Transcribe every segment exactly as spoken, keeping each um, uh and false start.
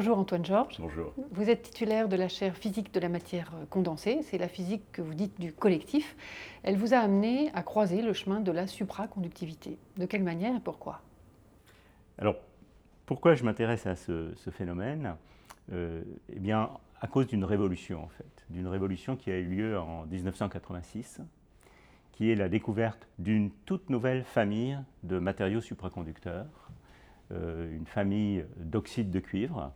Bonjour Antoine Georges. Bonjour. Vous êtes titulaire de la chaire physique de la matière condensée. C'est la physique que vous dites du collectif. Elle vous a amené à croiser le chemin de la supraconductivité. De quelle manière et pourquoi? Alors, pourquoi je m'intéresse à ce, ce phénomène? euh, Eh bien, à cause d'une révolution, en fait. D'une révolution qui a eu lieu en mille neuf cent quatre-vingt-six, qui est la découverte d'une toute nouvelle famille de matériaux supraconducteurs, euh, une famille d'oxydes de cuivre,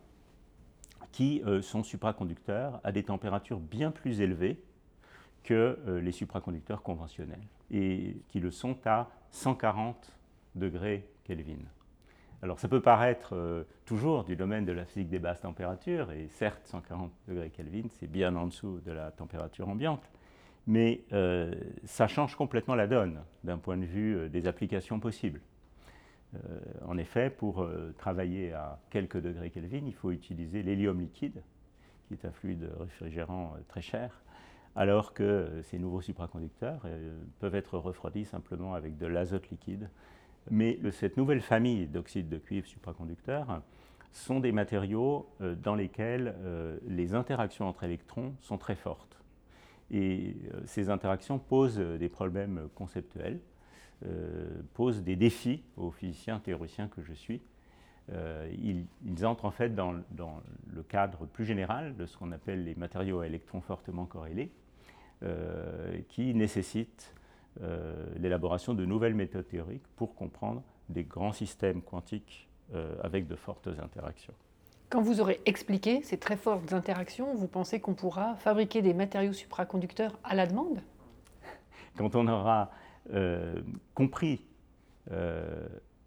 qui euh, sont supraconducteurs à des températures bien plus élevées que euh, les supraconducteurs conventionnels, et qui le sont à cent quarante degrés Kelvin. Alors ça peut paraître euh, toujours du domaine de la physique des basses températures, et certes cent quarante degrés Kelvin, c'est bien en dessous de la température ambiante, mais euh, ça change complètement la donne d'un point de vue euh, des applications possibles. Euh, en effet, pour euh, travailler à quelques degrés Kelvin, il faut utiliser l'hélium liquide, qui est un fluide réfrigérant euh, très cher, alors que euh, ces nouveaux supraconducteurs euh, peuvent être refroidis simplement avec de l'azote liquide. Mais le, cette nouvelle famille d'oxydes de cuivre supraconducteurs sont des matériaux euh, dans lesquels euh, les interactions entre électrons sont très fortes. Et euh, ces interactions posent des problèmes conceptuels, euh, posent des défis aux physiciens théoriciens que je suis. Euh, ils, ils entrent en fait dans, dans le cadre plus général de ce qu'on appelle les matériaux à électrons fortement corrélés, euh, qui nécessitent euh, l'élaboration de nouvelles méthodes théoriques pour comprendre des grands systèmes quantiques euh, avec de fortes interactions. Quand vous aurez expliqué ces très fortes interactions, vous pensez qu'on pourra fabriquer des matériaux supraconducteurs à la demande? Quand on aura euh, compris euh,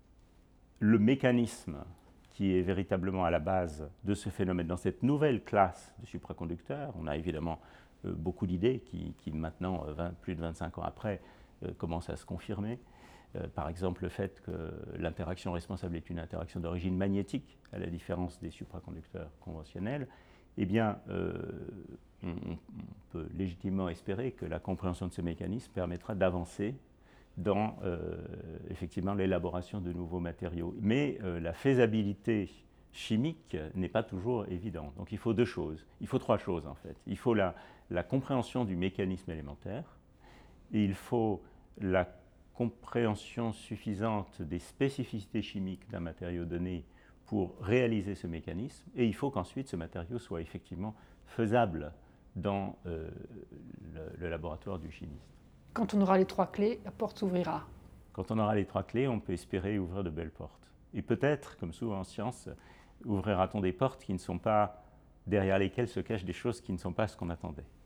le mécanisme qui est véritablement à la base de ce phénomène, dans cette nouvelle classe de supraconducteurs, on a évidemment euh, beaucoup d'idées qui, qui maintenant, vingt, plus de vingt-cinq ans après, euh, commencent à se confirmer. Euh, par exemple, le fait que l'interaction responsable est une interaction d'origine magnétique, à la différence des supraconducteurs conventionnels, eh bien, euh, on, on peut légitimement espérer que la compréhension de ce mécanisme permettra d'avancer dans euh, effectivement l'élaboration de nouveaux matériaux. Mais euh, la faisabilité chimique n'est pas toujours évidente. Donc il faut deux choses, il faut trois choses en fait. Il faut la, la compréhension du mécanisme élémentaire, et il faut la compréhension suffisante des spécificités chimiques d'un matériau donné pour réaliser ce mécanisme, et il faut qu'ensuite ce matériau soit effectivement faisable dans euh, le, le laboratoire du chimiste. Quand on aura les trois clés, la porte s'ouvrira. Quand on aura les trois clés, on peut espérer ouvrir de belles portes. Et peut-être, comme souvent en science, ouvrira-t-on des portes qui ne sont pas, derrière lesquelles se cachent des choses qui ne sont pas ce qu'on attendait.